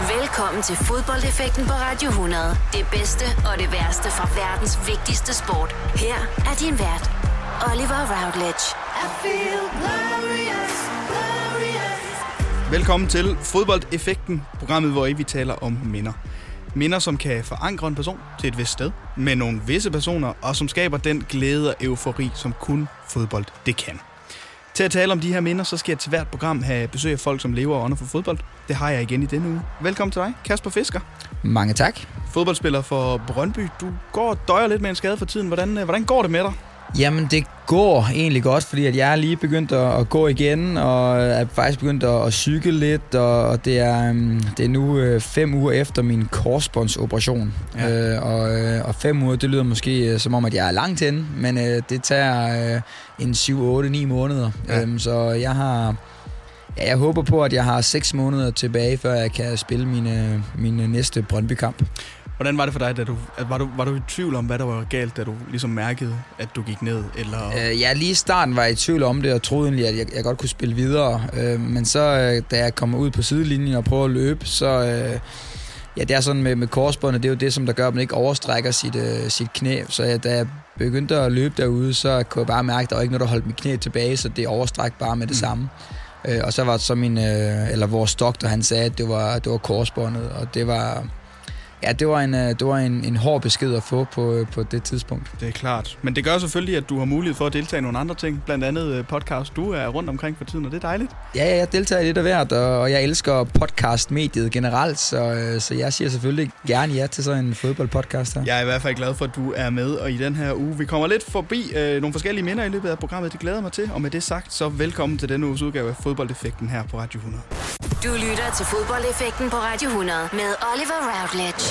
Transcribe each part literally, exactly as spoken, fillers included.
Velkommen til Fodboldeffekten på Radio hundrede. Det bedste og det værste fra verdens vigtigste sport. Her er din vært, Oliver Routledge. I feel glorious, glorious. Velkommen til Fodboldeffekten, programmet, hvor vi taler om minder. Minder, som kan forankre en person til et vist sted, med nogle visse personer, og som skaber den glæde og eufori, som kun fodbold det kan. Til at tale om de her minder, så skal jeg til hvert program have besøg af folk, som lever og ånder for fodbold. Det har jeg igen i denne uge. Velkommen til dig, Kasper Fisker. Mange tak. Fodboldspiller for Brøndby. Du går og døjer lidt med en skade for tiden. Hvordan, hvordan går det med dig? Jamen, det går egentlig godt, fordi at jeg er lige begyndt at, at gå igen, og er faktisk begyndt at, at cykle lidt, og det er, det er nu fem uger efter min korsbåndsoperation. Ja. Øh, og, og fem uger, det lyder måske som om, at jeg er langt henne, men øh, det tager øh, en syv, otte, ni måneder. Ja. Øhm, så jeg har... Ja, jeg håber på, at jeg har seks måneder tilbage, før jeg kan spille mine, mine næste Brøndby-kamp. Hvordan var det for dig, da du, var, du, var du i tvivl om, hvad der var galt, da du ligesom mærkede, at du gik ned? Eller? Øh, ja, lige i starten var jeg i tvivl om det, og troede egentlig, at jeg, jeg godt kunne spille videre. Øh, men så, da jeg kommer ud på sidelinjen og prøver at løbe, så... Øh, ja, det er sådan med, med korsbåndet, det er jo det, som der gør, at man ikke overstrækker sit, øh, sit knæ. Så ja, da jeg begyndte at løbe derude, så kunne jeg bare mærke, at der var ikke noget, der holdt mit knæ tilbage, så det overstræk bare med det mm. samme. Øh, og så var det så min, øh, eller vores doktor, han sagde, at det var, det var korsbåndet, og det var... Ja, det var en, det var en, en hård besked at få på, på det tidspunkt. Det er klart. Men det gør selvfølgelig, at du har mulighed for at deltage i nogle andre ting. Blandt andet podcast. Du er rundt omkring for tiden, og det er dejligt. Ja, ja, jeg deltager i lidt af hvert, og jeg elsker podcastmediet generelt, så, så jeg siger selvfølgelig gerne ja til sådan en fodboldpodcast her. Jeg er i hvert fald glad for, at du er med, og i den her uge, vi kommer lidt forbi øh, nogle forskellige minder i løbet af programmet. Det glæder mig til, og med det sagt, så velkommen til denne uges udgave af Fodboldeffekten her på Radio hundrede. Du lytter til Fodboldeffekten på Radio hundrede med Oliver Routledge.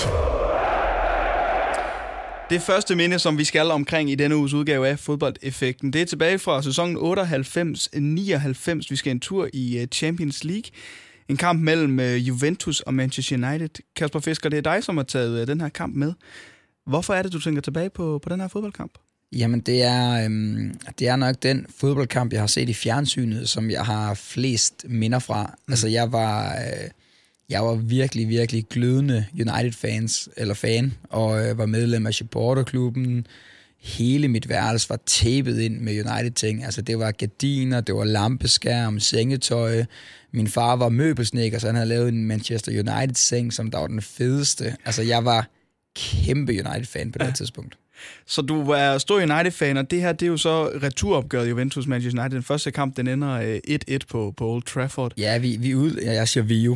Det første minde, som vi skal omkring i denne uges udgave af Fodboldeffekten, det er tilbage fra sæsonen otteoghalvfems nioghalvfems. Vi skal en tur i Champions League. En kamp mellem Juventus og Manchester United. Kasper Fisker, det er dig, som har taget den her kamp med. Hvorfor er det, du tænker tilbage på, på den her fodboldkamp? Jamen, det er, øhm, det er nok den fodboldkamp, jeg har set i fjernsynet, som jeg har flest minder fra. Mm. Altså, jeg var... Øh, Jeg var virkelig, virkelig glødende United-fans, eller fan, og øh, var medlem af supporterklubben. Hele mit værelse var tapet ind med United-ting. Altså, det var gardiner, det var lampeskærm, sengetøj. Min far var møbelsnedker, så han havde lavet en Manchester United-seng, som der var den fedeste. Altså, jeg var kæmpe United-fan på det ja. tidspunkt. Så du er stor United-fan, og det her, det er jo så returopgøret Juventus Manchester United. Den første kamp, den ender et et på, på Old Trafford. Ja, vi, vi ud, jeg siger vi jo.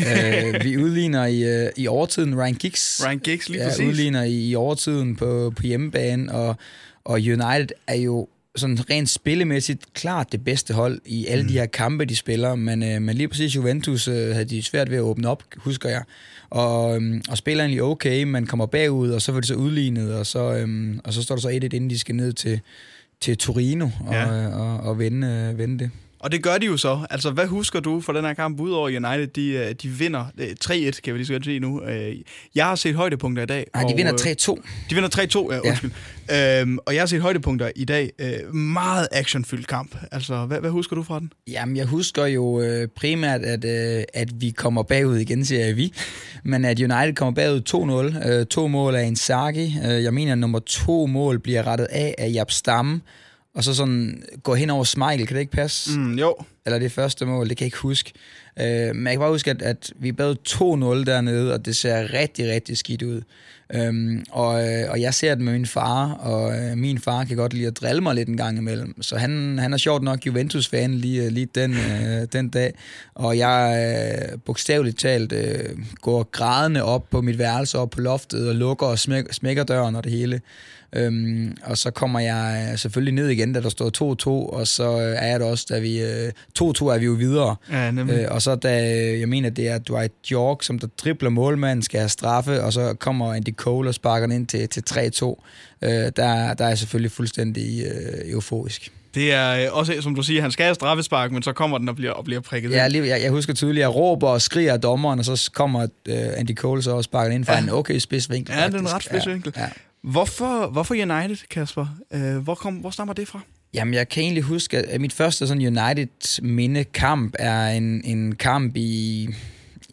uh, vi udligner i, uh, i overtiden Ryan Giggs. Ryan Giggs, lige ja, præcis. udligner i, i overtiden på, på hjemmebane, og, og United er jo sådan rent spillemæssigt klart det bedste hold i alle mm. de her kampe, de spiller, men, øh, men lige præcis Juventus øh, havde de svært ved at åbne op, husker jeg, og, øh, og spiller egentlig okay, men kommer bagud, og så var det så udlignet, og så, øh, og så står der så et et, inden de skal ned til, til Torino og, ja. og, og, og vende, øh, vende det. Og det gør de jo så. Altså, hvad husker du for den her kamp? Udover United, de, de vinder tre et, kan vi lige så godt se nu. Jeg har set højdepunkter i dag. Nej, de vinder tre to. De vinder tre to, ja, undskyld. Ja. Øhm, og jeg har set højdepunkter i dag. Meget actionfyldt kamp. Altså, hvad, hvad husker du fra den? Jamen, jeg husker jo øh, primært, at, øh, at vi kommer bagud igen, siger jeg vi. Men at United kommer bagud to nul. Øh, to mål af Inzaghi. Øh, jeg mener, at nummer to mål bliver rettet af af Jaap Stam. Og så sådan gå hen over Schmeichel, kan det ikke passe? Mm, jo. Eller det første mål, det kan jeg ikke huske. Uh, men jeg kan bare huske, at, at vi bad to nul dernede, og det ser rigtig, rigtig skidt ud. Um, og, og jeg ser det med min far, og uh, min far kan godt lide at drille mig lidt en gang imellem. Så han, han er sjovt nok Juventus-fan lige, lige den, uh, den dag. Og jeg uh, bogstaveligt talt uh, går grædende op på mit værelse, op på loftet, og lukker og smæk, smækker døren og det hele. Øhm, og så kommer jeg selvfølgelig ned igen, da der står to to, og så er jeg der også, da vi to to er vi jo videre. Ja, øh, og så da, jeg mener, det er Dwight York, som der dribler målmanden, skal have straffe, og så kommer Andy Cole og sparker den ind til, til tre to. Øh, der, der er jeg selvfølgelig fuldstændig øh, euforisk. Det er også, som du siger, han skal have straffespark, men så kommer den og bliver, og bliver prikket. Ja, lige, jeg, jeg husker tydeligt, at jeg råber og skriger af dommeren, og så kommer uh, Andy Cole så og sparker den ind fra ja. en okay spidsvinkel. Ja, det er en ret spidsvinkel. Ja, ja. Hvorfor, hvorfor United, Kasper? Uh, hvor, kom, hvor stammer det fra? Jamen, jeg kan egentlig huske, at mit første sådan United-minde-kamp er en, en kamp i...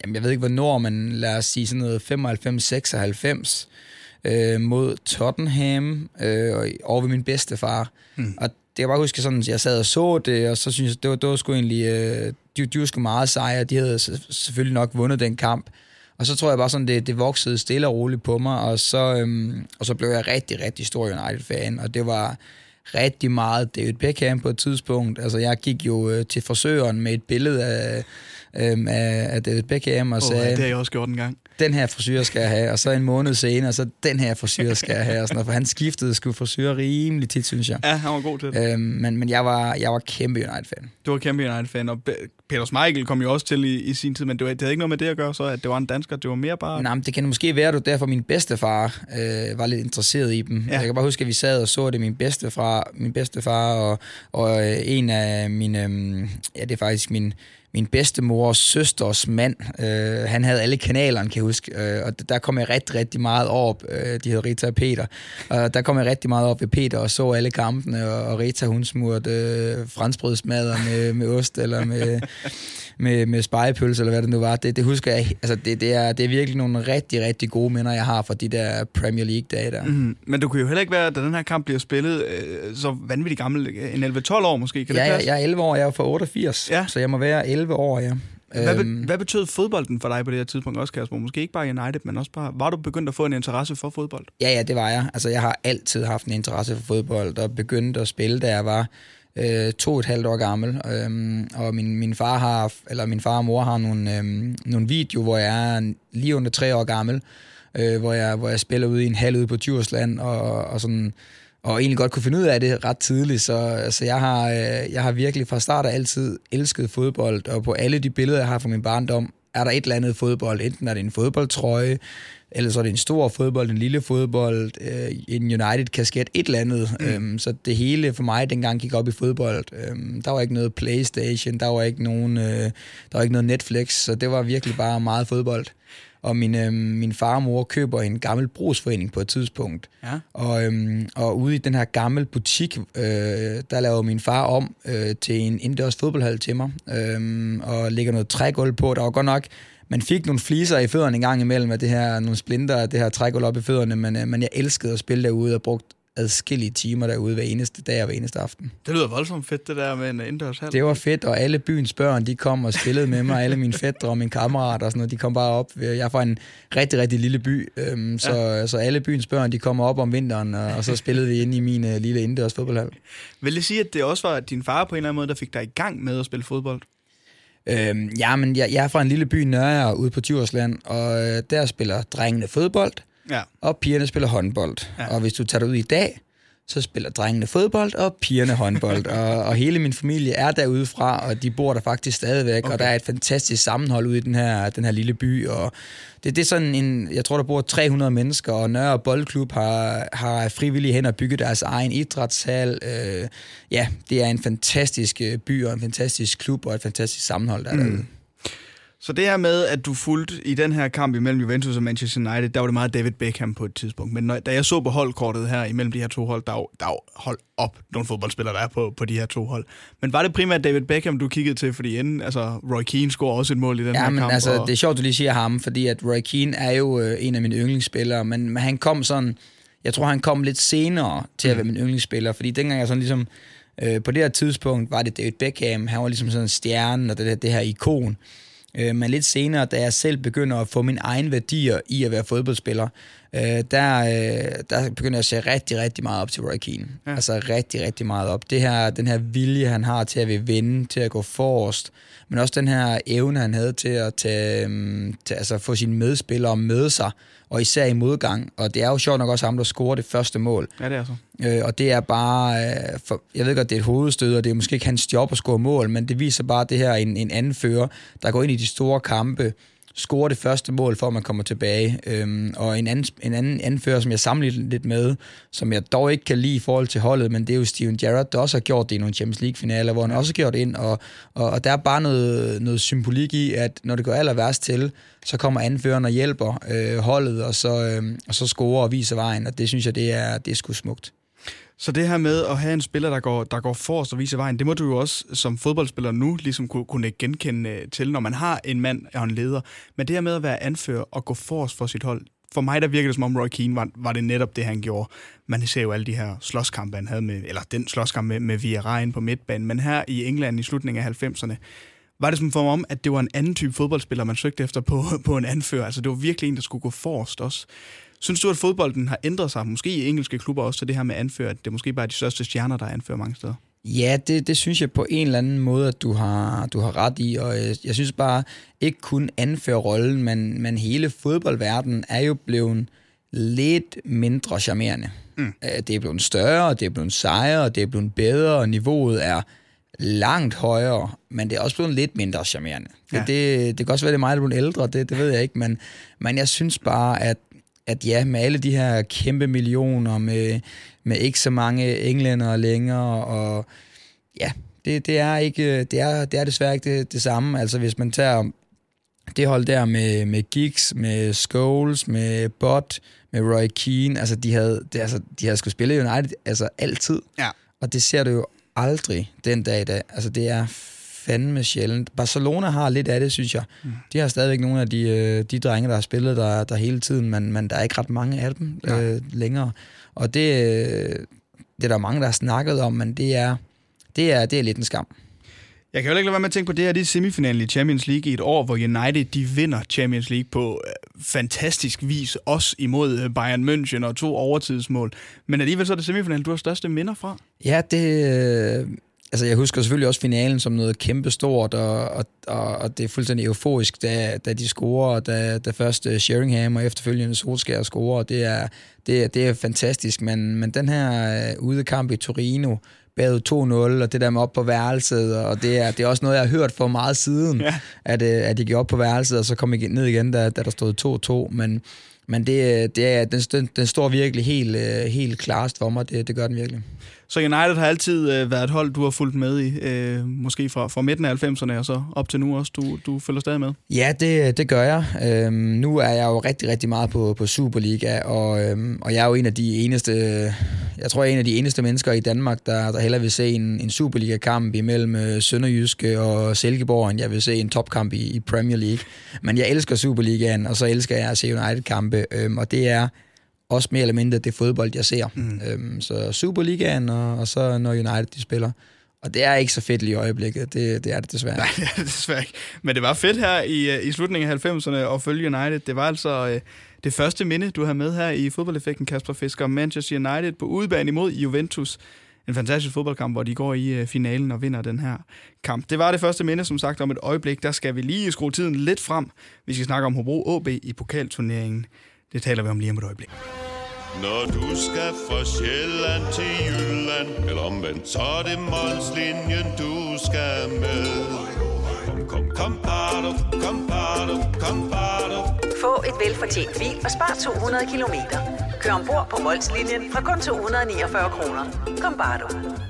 jamen jeg ved ikke hvornår, men lad os sige sådan noget femoghalvfems seksoghalvfems øh, mod Tottenham øh, over ved min bedstefar. Mm. Og det kan bare huske sådan, at jeg sad og så det, og så synes jeg, det var, det var sgu egentlig, øh, de, de var sgu meget sejre, de havde selvfølgelig nok vundet den kamp. Og så tror jeg bare sådan, det, det voksede stille og roligt på mig, og så, øhm, og så blev jeg rigtig, rigtig stor United-fan, og det var rigtig meget David Beckham på et tidspunkt. Altså jeg gik jo øh, til frisøren med et billede af, øh, af, af David Beckham og sagde, oh, det har jeg også gjort en gang. Den her frisyr skal jeg have, og så en måned senere, så den her frisyr skal jeg have, og sådan noget, for han skiftede sgu frisyr rimelig tit, synes jeg. Ja, han var god til det. Øhm, men men jeg, var, jeg var kæmpe United-fan. Du var kæmpe United-fan, og Peter Schmeichel kom jo også til i, i sin tid, men det, var, det havde ikke noget med det at gøre, så at det var en dansker, det var mere bare... Nej, men det kan måske være, at derfor min bedstefar øh, var lidt interesseret i dem. Ja. Jeg kan bare huske, at vi sad og så det, min bedstefar, min bedstefar og, og øh, en af mine... Øh, ja, det er faktisk min... Min bedstemors søsters mand, øh, han havde alle kanalerne, kan jeg huske, øh, og der kom jeg rigtig, rigtig meget op. Øh, de hed Rita og Peter, og der kom jeg rigtig meget op ved Peter og så alle kampene, og, og Rita, hun smurte øh, franskbrødsmadder med, med ost, eller med, med, med spegepølse, eller hvad det nu var. Det, det husker jeg, altså det, det, er, det er virkelig nogle rigtig, rigtig gode minder, jeg har fra de der Premier League-dage der. Mm, men du kunne jo heller ikke være, da den her kamp bliver spillet, øh, så vanvittigt gammel, en elleve tolv år måske, kan det ja, passe? Ja, jeg er elleve år, jeg er fra otteogfirs, ja. Så jeg må være elleve år, ja. Hvad, be, hvad betød fodbolden for dig på det her tidspunkt også, Kasper? Måske ikke bare United, men også bare... Var du begyndt at få en interesse for fodbold? Ja, ja, det var jeg. Altså, jeg har altid haft en interesse for fodbold, og begyndte at spille, da jeg var øh, to og et halvt år gammel. Øhm, og min, min far har, eller min far og mor har nogle, øhm, nogle videoer, hvor jeg er lige under tre år gammel, øh, hvor, jeg, hvor jeg spiller ude i en hal ude på Djursland, og, og sådan... og egentlig godt kunne finde ud af det ret tidligt, så altså, jeg, har, øh, jeg har virkelig fra start af altid elsket fodbold, og på alle de billeder, jeg har fra min barndom, er der et eller andet fodbold. Enten er det en fodboldtrøje, eller så er det en stor fodbold, en lille fodbold, øh, en United-kasket, et eller andet. Mm. Øhm, så det hele for mig dengang gik op i fodbold. Øhm, der var ikke noget PlayStation, der var ikke nogen, øh, der var ikke noget Netflix, så det var virkelig bare meget fodbold. Og min, øh, min far og mor køber en gammel brugsforening på et tidspunkt. Ja. Og, øh, og ude i den her gamle butik, øh, der laver min far om øh, til en indendørs fodboldhal til mig. Øh, og lægger noget trægulv på. Der var godt nok, man fik nogle fliser i fødderne en gang imellem, af det her, nogle splinter af det her trægulv op i fødderne, men, øh, men jeg elskede at spille derude og brugt adskillige timer derude hver eneste dag og hver eneste aften. Det lyder voldsomt fedt, det der med en indendørshal. Det var fedt, og alle byens børn, de kom og spillede med mig, alle mine fætre og mine kammerater og sådan noget, de kom bare op. Jeg er fra en rigtig, rigtig lille by, øhm, så, ja. så alle byens børn, de kommer op om vinteren, og, og så spillede vi inde i min uh, lille indendørs fodboldhal. Vil det sige, at det også var din far på en eller anden måde, der fik dig i gang med at spille fodbold? Øhm, ja, men jeg, jeg er fra en lille by, Nørre, ude på Djursland, og øh, der spiller drengene fodbold, ja. Og pigerne spiller håndbold. Ja. Og hvis du tager dig ud i dag, så spiller drengene fodbold, og pigerne håndbold. og, og hele min familie er derude fra, og de bor der faktisk stadigvæk, okay. Og der er et fantastisk sammenhold ude i den her, den her lille by, og det, det er sådan en, jeg tror, der bor tre hundrede mennesker, og Nørre Boldklub har, har frivillige hen og bygget deres egen idrætshal. Øh, ja, det er en fantastisk by, og en fantastisk klub, og et fantastisk sammenhold, der er derude. Mm. Så det her med, at du fulgte i den her kamp imellem Juventus og Manchester United, der var det meget David Beckham på et tidspunkt. Men når, da jeg så på holdkortet her imellem de her to hold, der er jo, der er jo hold op nogle fodboldspillere, der er på, på de her to hold. Men var det primært David Beckham, du kiggede til? Fordi inden, altså Roy Keane scorer også et mål i den ja, her men kamp. Altså, og... det er sjovt, du lige siger ham, fordi at Roy Keane er jo øh, en af mine yndlingsspillere, men, men han kom sådan, jeg tror han kom lidt senere til at være min yndlingsspiller, fordi dengang jeg sådan ligesom, øh, på det her tidspunkt var det David Beckham, han var ligesom sådan en stjerne og det, det her ikon. Men lidt senere, da jeg selv begynder at få mine egne værdier i at være fodboldspiller, der, der begynder jeg at se rigtig, rigtig meget op til Roy Keane. Ja. Altså rigtig, rigtig meget op. Det her, den her vilje, han har til at vil vinde, til at gå forrest, men også den her evne, han havde til at tage, til, altså få sine medspillere med sig, og især i modgang. Og det er jo sjovt nok også ham, der scorer det første mål. Ja, det er så. Øh, og det er bare, øh, for, jeg ved godt, det er et hovedstød, og det er måske ikke hans job at score mål, men det viser bare det her, en, en anfører, der går ind i de store kampe, scorer det første mål, for at man kommer tilbage. Øhm, og en anden, en anden anfører, som jeg sammenligner lidt med, som jeg dog ikke kan lide i forhold til holdet, men det er jo Steven Gerrard, der også har gjort det i nogle Champions League-finaler, hvor han også har gjort det ind, og, og, og der er bare noget, noget symbolik i, at når det går aller værst til, så kommer anføreren og hjælper øh, holdet, og så, øh, og så scorer og viser vejen, og det synes jeg, det er, det er sgu smukt. Så det her med at have en spiller, der går, der går forrest og viser vejen, det må du jo også som fodboldspiller nu ligesom kunne, kunne genkende til, når man har en mand og en leder. Men det her med at være anfører og gå forrest for sit hold, for mig der virkede det som om Roy Keane var, var det netop det, han gjorde. Man ser jo alle de her slåskampe, han havde med, eller den slåskamp med, med Vieira på midtbanen, men her i England i slutningen af halvfemserne, var det som for mig om, at det var en anden type fodboldspiller, man søgte efter på, på en anfører. Altså det var virkelig en, der skulle gå forrest også. Synes du, at fodbolden har ændret sig, måske i engelske klubber også, til det her med anfører, at det måske bare er de største stjerner, der anfører mange steder? Ja, det, det synes jeg på en eller anden måde, at du har, du har ret i, og jeg, jeg synes bare ikke kun anfører rollen, men, men hele fodboldverdenen er jo blevet lidt mindre charmerende. Mm. Det er blevet større, det er blevet sejere, det er blevet bedre, og niveauet er langt højere, men det er også blevet lidt mindre charmerende. Ja. Det, det, det kan også være, det er mig, der er blevet ældre, det, det ved jeg ikke, men, men jeg synes bare, at at ja, med alle de her kæmpe millioner, med, med ikke så mange englændere længere, og ja, det, det, er, ikke, det, er, det er desværre ikke det, det samme. Altså hvis man tager det hold der med, med Giggs, med Scholes, med Butt, med Roy Keane, altså de havde, det, altså, de havde sgu spillet United altså altid, ja. Og det ser du jo aldrig den dag i dag. Altså det er fandme sjældent. Barcelona har lidt af det, synes jeg. Mm. De har stadigvæk nogle af de, de drenge, der har spillet der, der hele tiden, men, men der er ikke ret mange af dem øh, længere. Og det, det er der mange, der har snakket om, men det er, det er, det er lidt en skam. Jeg kan jo ikke lade være med at tænke på det her, det er semifinalen i Champions League i et år, hvor United de vinder Champions League på fantastisk vis, også imod Bayern München og to overtidsmål. Men alligevel så er det semifinalen, du har største minder fra. Ja, det... Altså, jeg husker selvfølgelig også finalen som noget kæmpestort, og, og, og det er fuldstændig euforisk, da, da de scorer, da, da først Sheringham og efterfølgende Solskjaer scorer. Det er, det, er, det er fantastisk, men, men den her uh, udekamp i Torino, bagud to nul, og det der med op på værelset, og det er, det er også noget, jeg har hørt for meget siden, ja. at, at de gik op på værelset, og så kom de ned igen, da, da der stod to to, men, men det, det er, den, den står virkelig helt, helt klarest for mig, det, det gør den virkelig. Så United har altid øh, været et hold, du har fulgt med i, øh, måske fra, fra midten af halvfemserne, og så op til nu også, du, du følger stadig med? Ja, det, det gør jeg. Øhm, nu er jeg jo rigtig, rigtig meget på, på Superliga, og, øhm, og jeg er jo en af de eneste, jeg tror jeg er en af de eneste mennesker i Danmark, der, der hellere vil se en, en Superliga-kamp imellem Sønderjyske og Silkeborg, end jeg vil se en topkamp i, i Premier League. Men jeg elsker Superligaen, og så elsker jeg at se United-kampe, øhm, og det er også mere eller mindre det fodbold, jeg ser. Mm. Øhm, så Superligaen, og, og så når United de spiller. Og det er ikke så fedt lige i øjeblikket. Det, det er det desværre. Nej, det er det desværre ikke. Men det var fedt her i, i slutningen af halvfemserne at følge United. Det var altså øh, det første minde, du har med her i fodboldeffekten, Kasper Fisker. Manchester United på udebane imod Juventus. En fantastisk fodboldkamp, hvor de går i øh, finalen og vinder den her kamp. Det var det første minde, som sagt, om et øjeblik. Der skal vi lige skrue tiden lidt frem. Vi skal snakke om Hobro A B i pokalturneringen. Det taler vi om lige om et øjeblik. Når du skal fra Sjælland til Jylland, eller omvendt, så er det Molslinjen, du skal med. Kom, kom, kom, bado, kom, bado, kom, bado. Få et velfortjent bil og spar to hundrede kilometer. Kør ombord på Molslinjen fra kun to hundrede niogfyrre kroner. Kom, bado.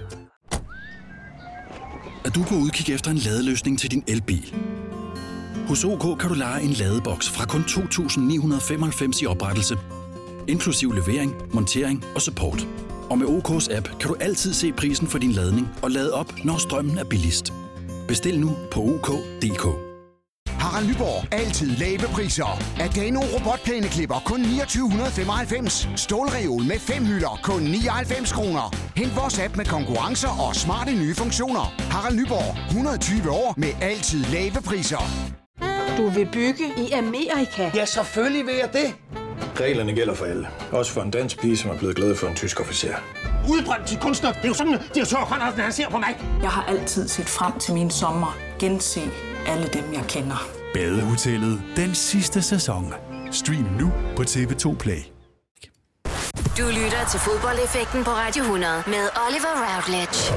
Er du på udkig efter en ladeløsning til din elbil? Hos O K kan du leje en ladeboks fra kun to tusind ni hundrede femoghalvfems i oprettelse, inklusiv levering, montering og support. Og med O K's app kan du altid se prisen for din ladning og lade op, når strømmen er billigst. Bestil nu på O K punktum D K. Harald Nyborg. Altid lave priser. Adano robotplæneklipper kun niogtyve femoghalvfems. Stålreol med fem hylder kun nioghalvfems kroner. Hent vores app med konkurrencer og smarte nye funktioner. Harald Nyborg. hundrede og tyve år med altid lave priser. Du vil bygge i Amerika? Ja, selvfølgelig vil jeg det. Reglerne gælder for alle. Også for en dansk pige, som er blevet glad for en tysk officer. Udbrændt til kunstner. Det er jo sådan, at direktør Conradsen, han ser på mig. Jeg har altid set frem til min sommer. Gense alle dem, jeg kender. Badehotellet. Den sidste sæson. Stream nu på T V to Play. Du lytter til fodboldeffekten på Radio hundrede med Oliver Routledge.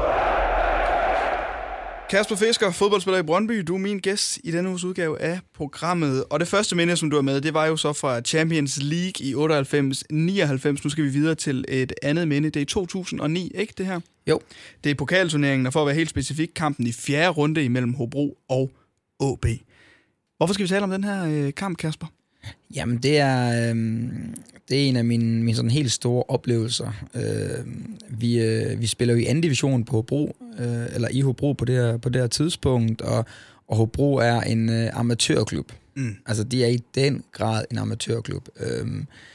Kasper Fisker, fodboldspiller i Brøndby. Du er min gæst i denne uges udgave af programmet. Og det første minde, som du har med, det var jo så fra Champions League i otteoghalvfems nioghalvfems. Nu skal vi videre til et andet minde. Det er i to tusind og ni, ikke det her? Jo. Det er pokalturneringen, og for at være helt specifik, kampen i fjerde runde imellem Hobro og A B. Hvorfor skal vi tale om den her øh, kamp, Kasper? Jamen, det er, øh, det er en af mine, mine sådan helt store oplevelser. Øh, vi, øh, vi spiller jo i anden division på Hobro, øh, eller i Hobro på det her, på det her tidspunkt, og, og Hobro er en øh, amatørklub. Mm. Altså, de er i den grad en amatørklub. Øh,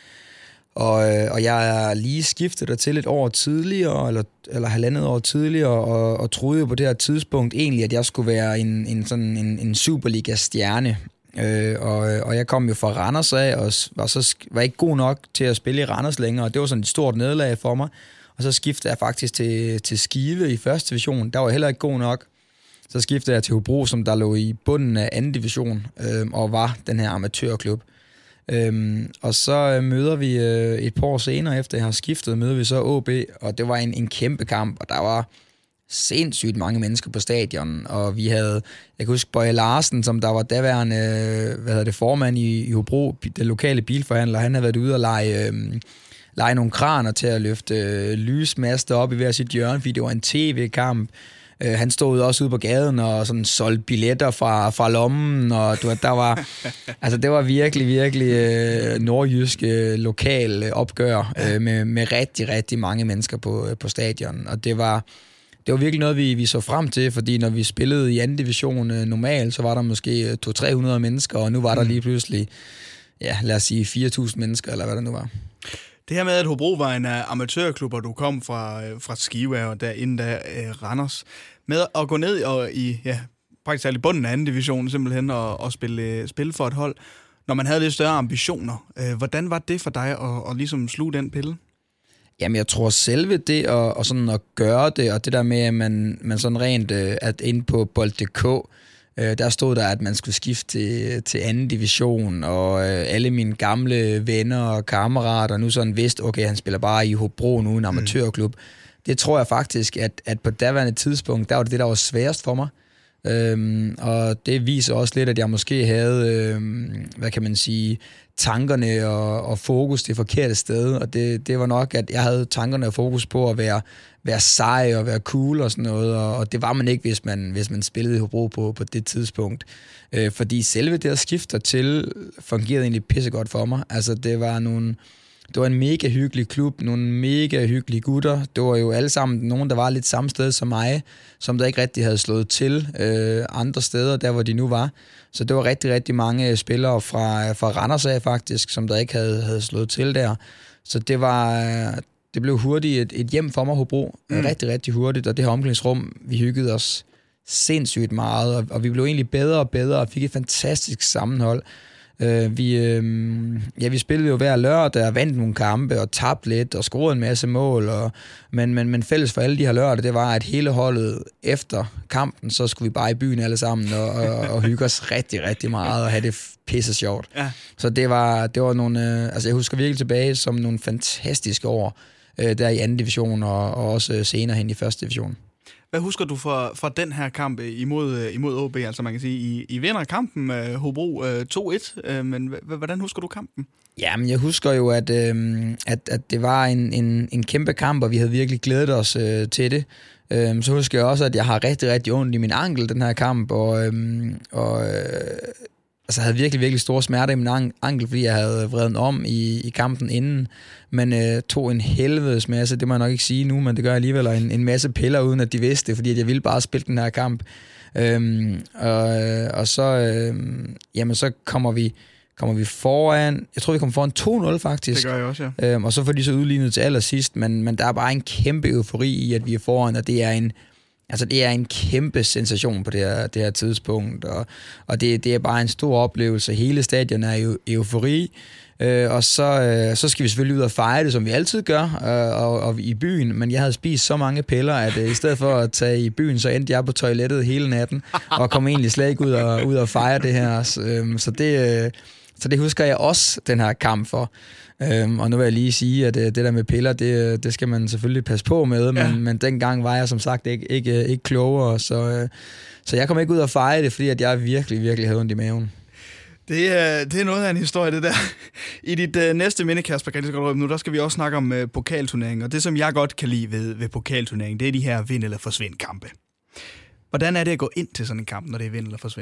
og, og jeg er lige skiftet der til et år tidligere, eller, eller halvandet år tidligere, og, og troede jo på det her tidspunkt egentlig, at jeg skulle være en, en, sådan en, en Superliga-stjerne. Øh, og, og jeg kom jo fra Randers af, og var, så, var ikke god nok til at spille i Randers længere, og det var sådan et stort nederlag for mig. Og så skiftede jeg faktisk til, til Skive i første division. Der var jeg heller ikke god nok. Så skiftede jeg til Hobro, som der lå i bunden af anden division, øh, og var den her amatørklub. Øh, og så møder vi øh, et par år senere, efter jeg har skiftet, møder vi så O B, og det var en, en kæmpe kamp, og der var sindssygt mange mennesker på stadion, og vi havde, jeg kan huske Bøje Larsen, som der var daværende, hvad hedder det, formand i, i Hobro, den lokale bilforhandler, han havde været ude og lege, øh, lege nogle kraner til at løfte øh, lysmaster op i hver sit hjørne, fordi det var en tv-kamp. Øh, han stod også ude på gaden og sådan solgte billetter fra, fra lommen, og du ved, der var, altså det var virkelig, virkelig øh, nordjysk øh, lokal øh, opgør øh, med, med rigtig, rigtig mange mennesker på, øh, på stadion, og det var Det var virkelig noget, vi, vi så frem til, fordi når vi spillede i anden division øh, normalt, så var der måske to til tre hundrede mennesker, og nu var der lige pludselig, ja, lad os sige fire tusind mennesker, eller hvad det nu var. Det her med, at Hobro var en uh, amatørklub, og du kom fra, uh, fra Skive, og derinde der uh, Randers, med at gå ned og i, ja, praktisk talt i bunden af anden division, simpelthen, og, og spille, spille for et hold, når man havde lidt større ambitioner. Uh, hvordan var det for dig at, at ligesom sluge den pille? Jamen, jeg tror selve det at, og sådan at gøre det, og det der med, at man, man sådan rent, at inde på bold punktum d k, øh, der stod der, at man skulle skifte til, til anden division, og øh, alle mine gamle venner og kammerater nu sådan vidste, okay, han spiller bare i Hobro nu, en amatørklub. Mm. Det tror jeg faktisk, at, at på daværende tidspunkt, der var det det, der var sværest for mig. Øhm, og det viser også lidt, at jeg måske havde, øhm, hvad kan man sige, tankerne og, og fokus det forkerte sted, og det, det var nok, at jeg havde tankerne og fokus på at være, være sej og være cool og sådan noget, og, og det var man ikke, hvis man, hvis man spillede i Hobro på, på det tidspunkt. Øh, fordi selve det at skifte til fungerede egentlig pissegodt for mig. Altså det var nogle... Det var en mega hyggelig klub, nogle mega hyggelige gutter. Det var jo alle sammen nogen, der var lidt samme sted som mig, som der ikke rigtig havde slået til øh, andre steder, der hvor de nu var. Så det var rigtig, rigtig mange spillere fra, fra Randers af faktisk, som der ikke havde, havde slået til der. Så det var... Det blev hurtigt et, et hjem for mig, Hobro. Mm. Rigtig, rigtig hurtigt, og det her omklædningsrum, vi hyggede os sindssygt meget, og, og vi blev egentlig bedre og bedre, og fik et fantastisk sammenhold. Uh, vi, uh, ja, vi spillede jo hver lørdag og vandt nogle kampe og tabte lidt og scorede en masse mål. Og, men, men, men fælles for alle de her lørdag, det var, at hele holdet efter kampen, så skulle vi bare i byen alle sammen og, og, og hygge os rigtig, rigtig meget og have det pisse sjovt. Ja. Så det var, det var nogle, uh, altså jeg husker virkelig tilbage som nogle fantastiske år uh, der i anden division og, og også senere hen i første division. Hvad husker du fra, fra den her kamp imod, imod O B? Altså man kan sige, I, I vinder kampen, uh, Hobro uh, to et, uh, men h- hvordan husker du kampen? Jamen, jeg husker jo, at, øh, at, at det var en, en, en kæmpe kamp, og vi havde virkelig glædet os øh, til det. Øh, så husker jeg også, at jeg har rigtig, rigtig ondt i min ankel, den her kamp, og, øh, og øh, altså, jeg havde virkelig, virkelig store smerter i min ankel, fordi jeg havde vredet om i, i kampen inden, men øh, tog en helvedes masse, det må jeg nok ikke sige nu, men det gør jeg alligevel, en, en masse piller, uden at de vidste det, fordi at jeg ville bare spille den her kamp. Øhm, og, og så, øh, jamen, så kommer vi, kommer vi foran, jeg tror vi kommer foran to nul faktisk. Det gør jeg også, ja. Øhm, og så får de så udlignet til allersidst, men, men der er bare en kæmpe eufori i, at vi er foran, og det er en, altså det er en kæmpe sensation på det her, det her tidspunkt, og, og det, det er bare en stor oplevelse. Hele stadion er jo eufori, øh, og så, øh, så skal vi selvfølgelig ud og fejre det, som vi altid gør, øh, og, og i byen, men jeg havde spist så mange piller, at øh, i stedet for at tage i byen, så endte jeg på toilettet hele natten, og kom egentlig slet ikke ud og, ud og fejre det her. Så, øh, så, det, øh, så det husker jeg også, den her kamp for. Øhm, og nu vil jeg lige sige, at det der med piller, det, det skal man selvfølgelig passe på med, men, ja. men dengang var jeg som sagt ikke, ikke, ikke klogere, så, øh, så jeg kom ikke ud og fejre det, fordi at jeg virkelig, virkelig havde ondt i maven. Det er, det er noget af en historie, det der. I dit uh, næste minde, Kasper, nu der skal vi også snakke om uh, pokalturneringen, og det som jeg godt kan lide ved, ved pokalturneringen, det er de her vind- eller forsvind-kampe. Hvordan er det at gå ind til sådan en kamp, når det er vind- eller forsvind?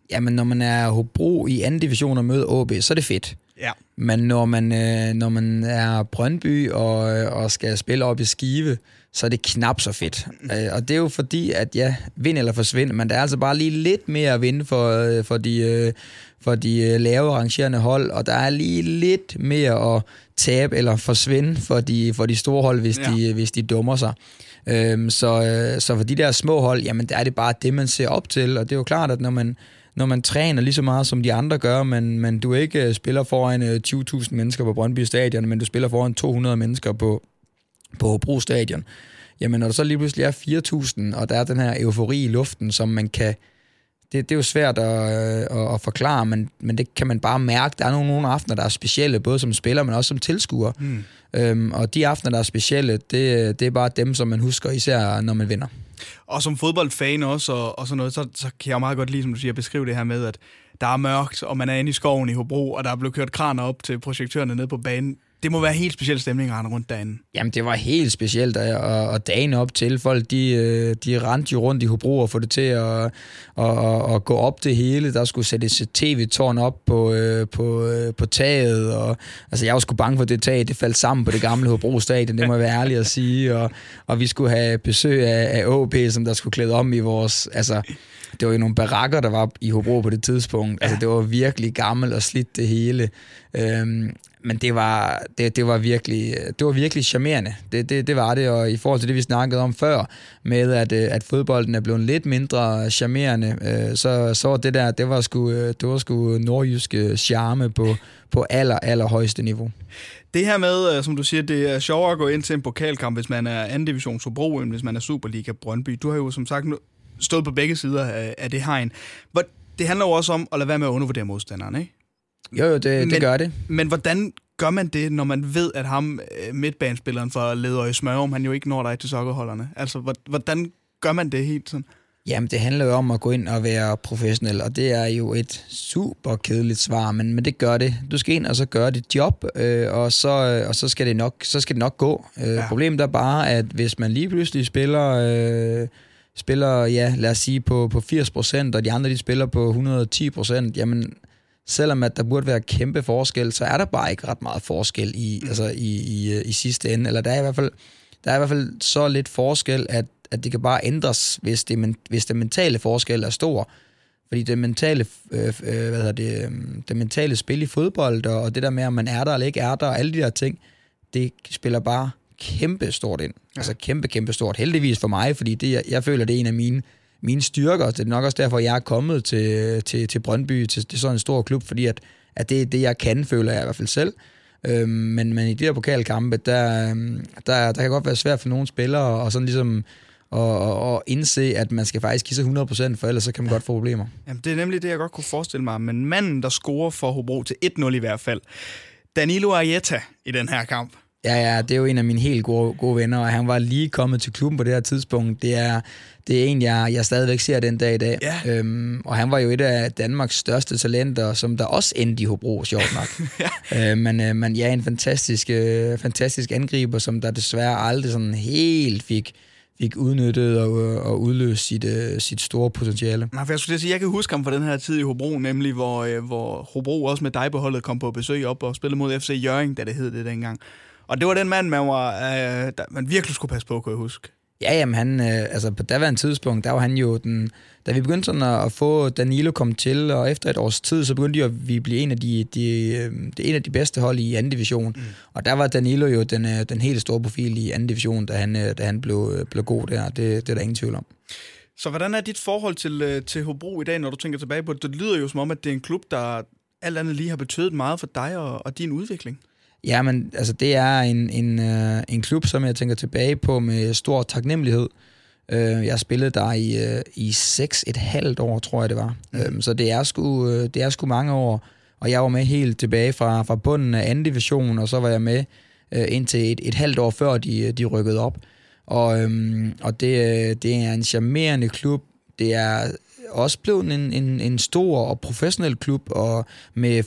Jamen, når man er Hobro i anden division og møder A B, så er det fedt. Ja. Men når man, øh, når man er Brøndby og, og skal spille op i Skive, så er det knap så fedt. Mm. Øh, og det er jo fordi, at ja, vind eller forsvind, men der er altså bare lige lidt mere at vinde for, for de, øh, for de lave rangerende hold, og der er lige lidt mere at tabe eller forsvinde for de, for de store hold, hvis, ja. de, hvis de dummer sig. Øhm, så, øh, så for de der små hold, jamen der er det bare det, man ser op til, og det er jo klart, at når man når man træner lige så meget, som de andre gør, men, men du ikke spiller foran tyve tusind mennesker på Brøndby Stadion, men du spiller foran to hundrede mennesker på, på Hobro Stadion, jamen når der så lige pludselig er fire tusind, og der er den her eufori i luften, som man kan... Det, det er jo svært at, at, at forklare, men, men det kan man bare mærke. Der er nogle, nogle aftener, der er specielle, både som spiller, men også som tilskuer. Mm. Øhm, og de aftener, der er specielle, det, det er bare dem, som man husker, især når man vinder. Og som fodboldfan også, og, og sådan noget, så, så kan jeg meget godt lide, som du siger, beskrive det her med, at der er mørkt, og man er inde i skoven i Hobro, og der er blevet kørt kraner op til projektørerne nede på banen. Det må være helt speciel stemning rundt derinde. Jamen, det var helt specielt, og, og dagen op til folk, de, de rendte jo rundt i Hobro og få det til at og, og, og gå op det hele. Der skulle sættes et tv-tårn op på, på, på taget, og altså, jeg var sgu bange for det tag, det faldt sammen på det gamle Hobro Stadion, det må jeg være ærlig at sige, og, og vi skulle have besøg af, af A P, som der skulle klæde om i vores... Altså, det var jo nogle barakker, der var i Hobro på det tidspunkt. Altså, det var virkelig gammelt og slidt det hele. Øhm, men det var, det, det var virkelig, det var virkelig charmerende. Det, det, det var det, og i forhold til det, vi snakkede om før, med at, at fodbolden er blevet lidt mindre charmerende, øh, så, så det der, det var sgu, det var sgu nordjyske charme på, på aller, aller højeste niveau. Det her med, som du siger, det er sjovere at gå ind til en pokalkamp, hvis man er anden division Hobro, end hvis man er Superliga Brøndby. Du har jo som sagt stået på begge sider af, af det hegn. Det handler jo også om at lade være med at undervurdere modstanderen, ikke? Jo, jo, det, det men, gør det. Men hvordan gør man det, når man ved, at ham, midtbanespilleren for Ledøje Smørum, han jo ikke når dig til sokkerholderne? Altså, hvordan gør man det helt sådan? Jamen, det handler jo om at gå ind og være professionel, og det er jo et super kedeligt svar, men, men det gør det. Du skal ind og så gøre dit job, øh, og, så, og så, skal det nok, så skal det nok gå. Øh, ja. Problemet er bare, at hvis man lige pludselig spiller... Øh, spiller, ja, lad os sige, på, på firs procent, og de andre, de spiller på et hundrede og ti procent, jamen, selvom at der burde være kæmpe forskel, så er der bare ikke ret meget forskel i, mm. altså i, i, i sidste ende. Eller der er i hvert fald, der er i hvert fald så lidt forskel, at, at det kan bare ændres, hvis det, hvis det mentale forskel er stor. Fordi det mentale, øh, hvad hedder det, det mentale spil i fodbold, og, og det der med, om man er der eller ikke er der, og alle de der ting, det spiller bare kæmpe stort ind. Ja. Altså kæmpe, kæmpe stort. Heldigvis for mig, fordi det, jeg, jeg føler, det er en af mine, mine styrker. Det er nok også derfor, jeg er kommet til, til, til Brøndby, til, til sådan en stor klub, fordi at, at det er det, jeg kan, føler jeg i hvert fald selv. Øhm, men, men i de her pokalkampe, der, der, der kan godt være svært for nogle spillere, og sådan ligesom og, og, og indse, at man skal faktisk give sig hundrede procent, for ellers så kan man godt få problemer. Jamen, det er nemlig det, jeg godt kunne forestille mig. Men manden, der scorer for Hobro til et nul i hvert fald, Danilo Arieta i den her kamp. Ja, ja, det er jo en af mine helt gode, gode venner, og han var lige kommet til klubben på det her tidspunkt. Det er, det er en, jeg, jeg stadigvæk ser den dag i dag. Ja. Øhm, og han var jo et af Danmarks største talenter, som der også endte i Hobro, sjovt nok. ja. øh, men, øh, men ja, en fantastisk, øh, fantastisk angriber, som der desværre aldrig sådan helt fik, fik udnyttet og, og udløst sit, øh, sit store potentiale. Nej, for jeg skulle sige, jeg kan huske ham fra den her tid i Hobro, nemlig hvor, øh, hvor Hobro også med dig på holdet kom på besøg op og spillede mod F C Hjørring, da det hed det dengang. Og det var den mand, man, var, øh, der, man virkelig skulle passe på, kan jeg huske. Ja, jamen han, øh, altså på daværende tidspunkt, der var han jo den, da vi begyndte sådan at, at få Danilo kom til, og efter et års tid, så begyndte at vi blive en af de, de, de, en af de bedste hold i anden division. Mm. Og der var Danilo jo den, den helt store profil i anden division, da han, da han blev, blev god der. Det, det er der ingen tvivl om. Så hvordan er dit forhold til, til Hobro i dag, når du tænker tilbage på det? Det lyder jo som om, at det er en klub, der alt andet lige har betydet meget for dig og, og din udvikling. Ja, men altså, det er en, en, øh, en klub, som jeg tænker tilbage på med stor taknemmelighed. Øh, jeg spillede der i, øh, i seks et halvt år, tror jeg det var. Mm. Øh, så det er, sgu, øh, det er sgu mange år, og jeg var med helt tilbage fra, fra bunden af anden division, og så var jeg med øh, indtil et, et halvt år før de, de rykkede op. Og, øh, og det, det er en charmerende klub. Det er også blevet en, en, en stor og professionel klub, og med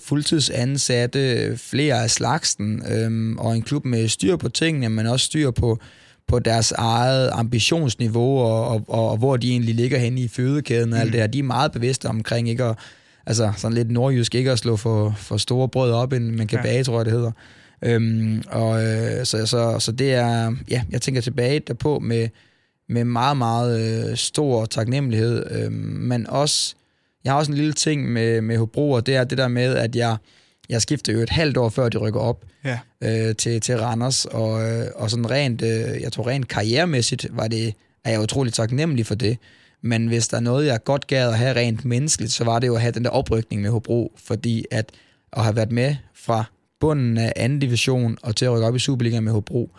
fuldtidsansatte, flere af slagsen, øhm, og en klub med styr på tingene, men også styr på, på deres eget ambitionsniveau, og, og, og, og hvor de egentlig ligger henne i fødekæden og alt det her. De er meget bevidste omkring ikke at, altså sådan lidt nordjysk, ikke at slå for, for store brød op, end man kan bage, ja. tror jeg det hedder. Øhm, og øh, så, så, så det er, ja, jeg tænker tilbage derpå med, med meget, meget øh, stor taknemmelighed, øh, men også, jeg har også en lille ting med, med Hobro, og det er det der med, at jeg, jeg skifter jo et halvt år før de rykker op ja. øh, til, til Randers, og, øh, og sådan rent, øh, jeg tror rent karrieremæssigt, var det, er jeg utrolig taknemmelig for det, men hvis der er noget, jeg godt gad at have rent menneskeligt, så var det jo at have den der oprykning med Hobro, fordi at, at have været med fra bunden af anden division og til at rykke op i Superligaen med Hobro.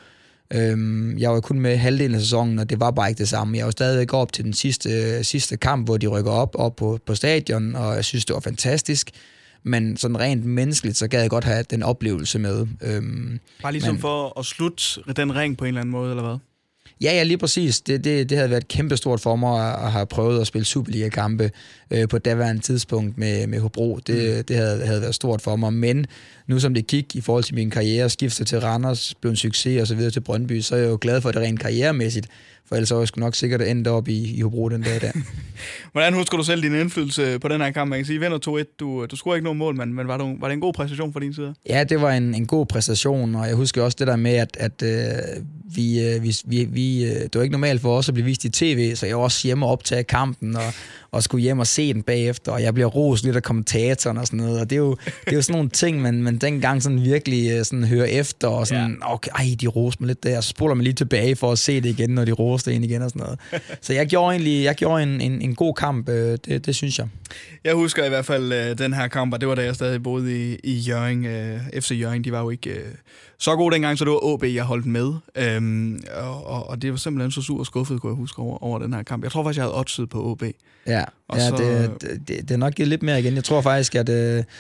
Øhm, jeg var jo kun med halvdelen af sæsonen, og det var bare ikke det samme. Jeg var stadigvæk op til den sidste, sidste kamp, hvor de rykker op, op på, på stadion, og jeg synes, det var fantastisk. Men sådan rent menneskeligt, så gad jeg godt have den oplevelse med. Øhm, bare ligesom men, for at slutte den ring på en eller anden måde, eller hvad? Ja, ja, lige præcis. Det, det, det havde været kæmpestort for mig at, at have prøvet at spille Superliga-kampe øh, på daværende tidspunkt med, med Hobro. Det, mm. det havde, havde været stort for mig. Men nu som det gik i forhold til min karriere, skifte til Randers, blev en succes og så videre til Brøndby, så er jeg jo glad for det rent karrieremæssigt. For ellers var jeg sgu nok sikkert endt op i, i Hobro den dag der. Hvordan husker du selv din indflydelse på den her kamp? Man kan sige, at vinder to et. Du, du scorede ikke nogen mål, men, men var, det, var det en god præstation for din side? Ja, det var en, en god præstation, og jeg husker også det der med, at, at øh, vi, øh, vi, vi, vi, øh, det var ikke normalt for os at blive vist i tv, så jeg var også hjemme og optage kampen, og, og skulle hjem og se den bagefter, og jeg bliver rost lidt af kommentatoren og sådan noget, og det er jo, det er jo sådan nogle ting, man, man dengang sådan virkelig sådan hører efter, og sådan, ja. okay, ej, de roste mig lidt der, så spoler man lige tilbage for at se det igen, når de roste en igen og sådan noget. Så jeg gjorde egentlig, jeg gjorde en, en, en god kamp, det, det synes jeg. Jeg husker i hvert fald den her kamp, og det var da jeg stadig boede i, i Hjørring. F C Hjørring, de var jo ikke så gode dengang, så det var O B, jeg holdt med. Øhm, og, og det var simpelthen så sur og skuffet, kunne jeg huske, over, over den her kamp. Jeg tror faktisk, jeg havde oddset på O B. Ja, ja så, det, det, det er nok givet lidt mere igen. Jeg tror faktisk, at,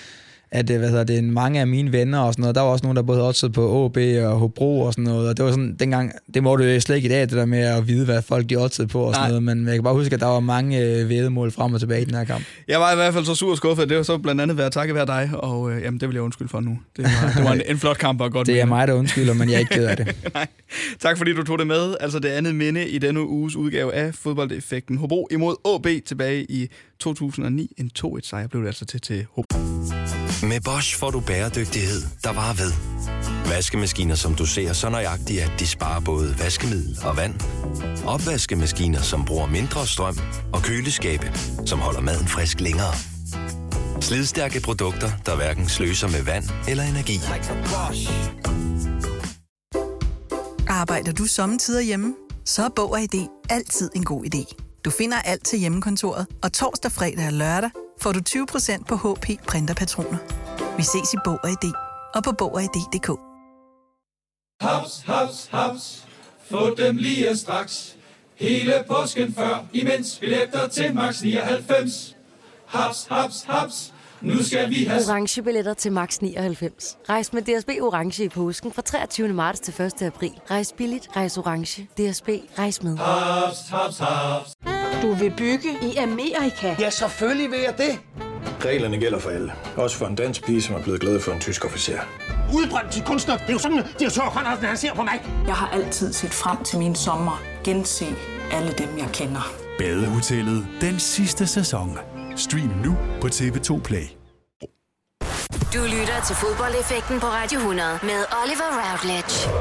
at hvad hedder det, mange af mine venner og sådan noget, der var også nogen, der både havde oddset på O B og Hobro og sådan noget, og det var sådan, dengang, det må du jo slet ikke i dag, det der med at vide, hvad folk de oddsede på og sådan Nej. noget, men jeg kan bare huske, at der var mange væddemål frem og tilbage i den her kamp. Jeg var i hvert fald så sur og skuffet, det var så blandt andet været takket være dig, og øh, jamen, det vil jeg undskylde for nu. Det var, det var en, en flot kamp og godt Det er minde. mig, der undskylder, men jeg er ikke ked af det. Nej. Tak fordi du tog det med. Altså det andet minde i denne uges udgave af Fodboldeffekten. Hobro imod O B tilbage i to tusind og ni. En to et sejr blev det altså til til Hobro. Med Bosch får du bæredygtighed, der varer ved. Vaskemaskiner, som du ser så nøjagtigt, at de sparer både vaskemiddel og vand. Opvaskemaskiner, som bruger mindre strøm. Og køleskabe, som holder maden frisk længere. Slidstærke produkter, der hverken sløser med vand eller energi. Arbejder du sommetider hjemme? Så er Bog og I D altid en god idé. Du finder alt til hjemmekontoret, og torsdag, fredag og lørdag får du tyve procent på H P printerpatroner. Vi ses i Bog og I D og på bog og i d punktum d k. Haps, haps, haps. Få dem lige straks. Hele påsken før, imens billetter til max nioghalvfems. Haps, haps, haps. Nu skal vi have orange billetter til max nioghalvfems. Rejs med D S B Orange i påsken fra treogtyvende marts til første april. Rejs billigt, rejs orange. D S B, rejs med. Haps, haps, haps. Du vil bygge i Amerika? Ja, selvfølgelig vil jeg det. Reglerne gælder for alle. Også for en dansk pige, som er blevet glad for en tysk officer. Udbrændt til kunstner. Det er jo sådan, at direktør Conradsen, han ser på mig. Jeg har altid set frem til min sommer. Gense alle dem, jeg kender. Badehotellet den sidste sæson. Stream nu på T V to Play. Du lytter til Fodboldeffekten på Radio hundrede med Oliver Routledge.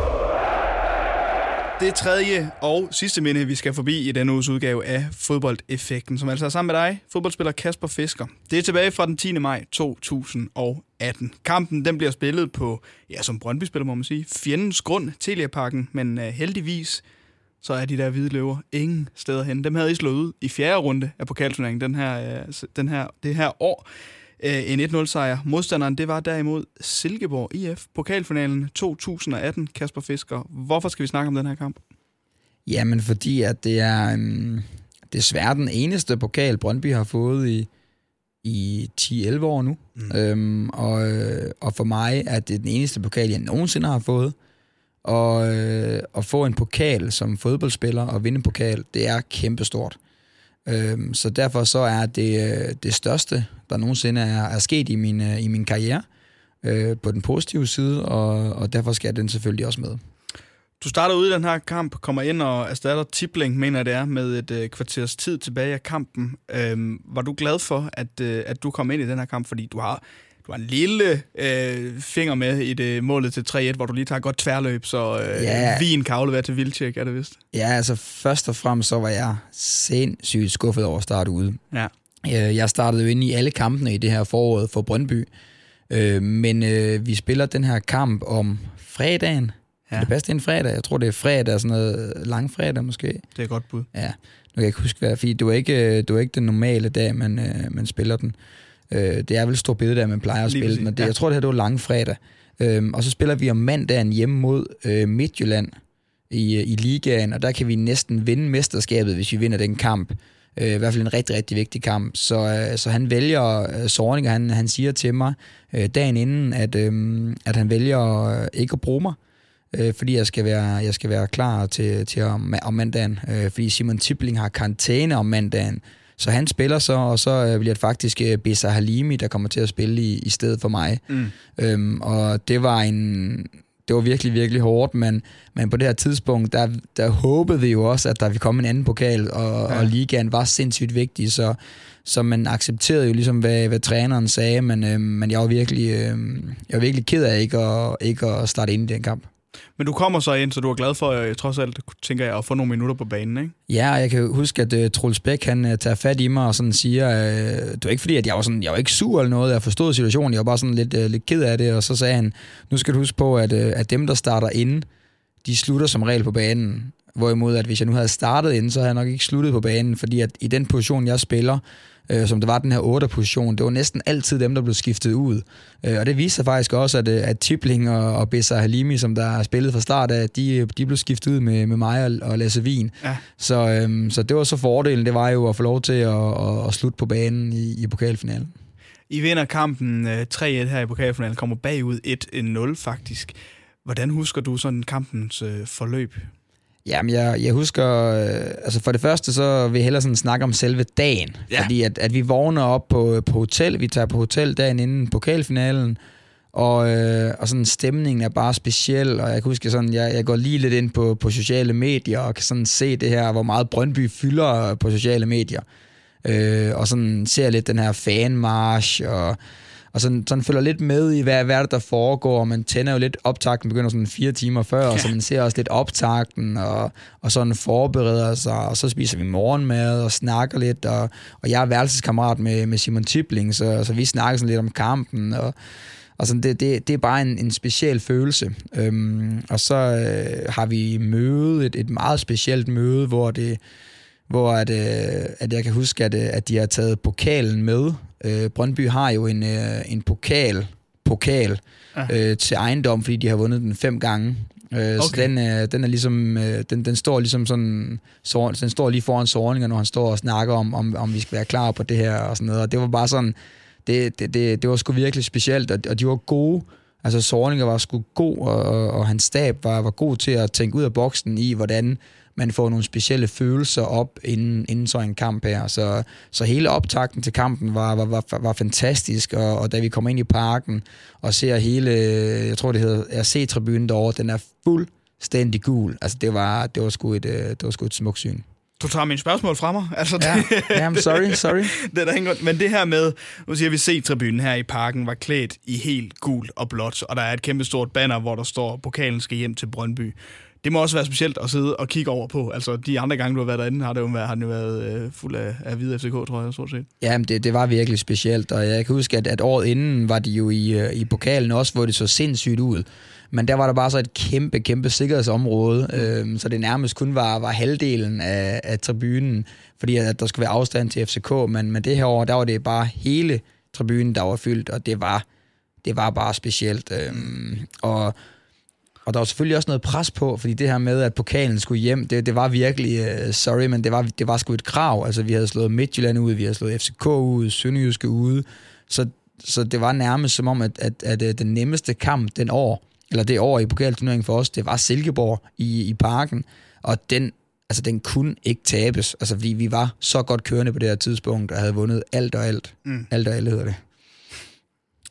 Det tredje og sidste minde, vi skal forbi i denne uges udgave af Fodboldeffekten, som altså er sammen med dig, fodboldspiller Kasper Fisker. Det er tilbage fra den tiende maj to tusind og atten. Kampen den bliver spillet på, ja, som Brøndby-spiller må man sige, fjendens grund, Telia-parken, men uh, heldigvis så er de der hvide løver ingen steder hen. Dem havde I slået ud i fjerde runde af pokalturneringen den her, uh, den her, det her år. Uh, en et nul sejr. Modstanderen, det var derimod Silkeborg I F. Pokalfinalen to tusind og atten. Kasper Fisker, hvorfor skal vi snakke om den her kamp? Jamen, fordi at det er um, desværre den eneste pokal, Brøndby har fået i, i ti elleve år nu. Mm. Um, og, og for mig er det den eneste pokal, jeg nogensinde har fået. Og øh, at få en pokal som fodboldspiller og vinde en pokal, det er kæmpestort. Øhm, så derfor så er det det største, der nogensinde er, er sket i min, i min karriere, øh, på den positive side, og, og derfor skal den selvfølgelig også med. Du starter ud i den her kamp, kommer ind og erstatter Tibling, mener det er, med et øh, kvarters tid tilbage af kampen. Øhm, var du glad for, at, øh, at du kom ind i den her kamp, fordi du har, du har en lille øh, finger med i det målet til tre et, hvor du lige tager godt tværløb, så øh, ja. Wien kan aflevere til Wilczek, er det vist? Ja, altså først og fremmest så var jeg sindssygt skuffet over at starte ude. Ja. Jeg startede jo inde i alle kampene i det her forår for Brøndby, øh, men øh, vi spiller den her kamp om fredagen. Ja. Er det bedste en fredag? Jeg tror, det er fredag, sådan noget langfredag måske. Det er et godt bud. Ja, nu kan jeg ikke huske, hvad, fordi det var ikke, det var ikke den normale dag, man, øh, man spiller den. Øh, det er vel stor bededag, man plejer at spille den, og det, ja. Jeg tror, det her det var langfredag. Øh, og så spiller vi om mandagen hjemme mod øh, Midtjylland i, i ligaen, og der kan vi næsten vinde mesterskabet, hvis vi vinder den kamp. Øh, I hvert fald en rigtig, rigtig vigtig kamp. Så, øh, så han vælger, øh, Zorniger, han, han siger til mig øh, dagen inden, at, øh, at han vælger øh, ikke at bruge mig, øh, fordi jeg skal være, jeg skal være klar til, til om, om mandagen, øh, fordi Simon Tibling har karantæne om mandagen. Så han spiller så, og så øh, bliver det faktisk øh, Besa Halimi, der kommer til at spille i, i stedet for mig. Mm. Øhm, og det var en... Det var virkelig, virkelig hårdt, men, men på det her tidspunkt, der, der håbede vi jo også, at der ville komme en anden pokal, og, ja. og ligaen var sindssygt vigtig, så, så man accepterede jo ligesom, hvad, hvad træneren sagde, men, øh, men jeg var virkelig, øh, jeg var virkelig ked af ikke at, ikke at starte ind i den kamp. Men du kommer så ind, så du er glad for, jeg trods alt, tænker jeg, at få nogle minutter på banen, ikke? Ja, og jeg kan huske, at uh, Troels Bæk, han uh, tager fat i mig og sådan siger, uh, det var ikke fordi, at jeg var, sådan, jeg var ikke sur eller noget, jeg forstod situationen, jeg var bare sådan lidt, uh, lidt ked af det, og så sagde han, nu skal du huske på, at, uh, at dem, der starter inde, de slutter som regel på banen. Hvorimod, at hvis jeg nu havde startet inde, så havde jeg nok ikke sluttet på banen, fordi at i den position, jeg spiller, øh, som det var den her otter-position, det var næsten altid dem, der blev skiftet ud. Øh, og det viste sig faktisk også, at, at Tibling og, og Besa Halimi, som der har spillet fra start af, de, de blev skiftet ud med, med mig og, og Lasse Wien. Ja. Så, øh, så det var så fordelen, det var jo at få lov til at, at, at slutte på banen i, i pokalfinalen. I vinder kampen øh, tre et her i pokalfinalen, kommer bagud et nul faktisk. Hvordan husker du sådan kampens øh, forløb? Jamen, jeg, jeg husker, øh, altså for det første, så vil jeg hellere sådan snakke om selve dagen. Ja. Fordi at, at vi vågner op på, på hotel, vi tager på hotel dagen inden pokalfinalen, og, øh, og sådan stemningen er bare speciel, og jeg kan huske, sådan, jeg, jeg går lige lidt ind på, på sociale medier, og kan sådan se det her, hvor meget Brøndby fylder på sociale medier. Øh, og sådan ser lidt den her fanmarch, og Og sådan, sådan følger lidt med i, hvad, hvad er det, der foregår. Man tænder jo lidt optakten, begynder sådan fire timer før, ja. Så man ser også lidt optakten, og, og sådan forbereder sig, og så spiser vi morgenmad og snakker lidt, og, og jeg er værelseskammerat med, med Simon Tibling, så, så vi snakker sådan lidt om kampen, og, og sådan, det, det, det er bare en, en speciel følelse. Øhm, og så øh, har vi møde, et, et meget specielt møde, hvor det hvor at, øh, at jeg kan huske, at, at de har taget pokalen med. Øh, Brøndby har jo en, øh, en pokal, pokal øh, til ejendom, fordi de har vundet den fem gange. Øh, okay. Så den, øh, den er ligesom, øh, den, den står ligesom sådan, så, den står lige foran Zorniger, når han står og snakker om, om, om vi skal være klar på det her og sådan noget. Og det var bare sådan, det, det, det, det var sgu virkelig specielt, og, og de var gode. Altså Zorniger var sgu god, og, og, og hans stab var, var god til at tænke ud af boksen i, hvordan man får nogle specielle følelser op inden, inden så en kamp her. Så, så hele optakten til kampen var, var, var, var fantastisk, og, og da vi kommer ind i parken og ser hele, jeg tror det hedder R C-tribunen derovre, den er fuldstændig gul. Altså det var, det var sgu et, det var sgu et smukt syn. Du tager mine spørgsmål fra mig. Altså, det, ja, yeah, sorry, sorry. det der hænger, men det her med, nu siger vi, C-tribunen her i parken var klædt i helt gul og blåt, og der er et kæmpe stort banner, hvor der står, pokalen skal hjem til Brøndby. Det må også være specielt at sidde og kigge over på. Altså, de andre gange, du har været derinde, har det jo været, har det jo været øh, fuld af, af hvide F C K, tror jeg, stort set. Jamen, det, det var virkelig specielt, og jeg kan huske, at, at året inden var de jo i, i pokalen også, hvor det så sindssygt ud. Men der var der bare så et kæmpe, kæmpe sikkerhedsområde, øh, så det nærmest kun var, var halvdelen af, af tribunen, fordi at der skulle være afstand til F C K, men, men det her år, der var det bare hele tribunen, der var fyldt, og det var, det var bare specielt. Øh, og Og der var selvfølgelig også noget pres på, fordi det her med, at pokalen skulle hjem, det, det var virkelig, uh, sorry, men det var, det var sgu et krav. Altså, vi havde slået Midtjylland ud, vi havde slået F C K ud, Sønderjyske ude, så, så det var nærmest som om, at, at, at den nemmeste kamp den år, eller det år i pokalturneringen for os, det var Silkeborg i, i parken, og den, altså, den kunne ikke tabes, altså, fordi vi var så godt kørende på det her tidspunkt, og havde vundet alt og alt. Mm. Alt og alt hedder det.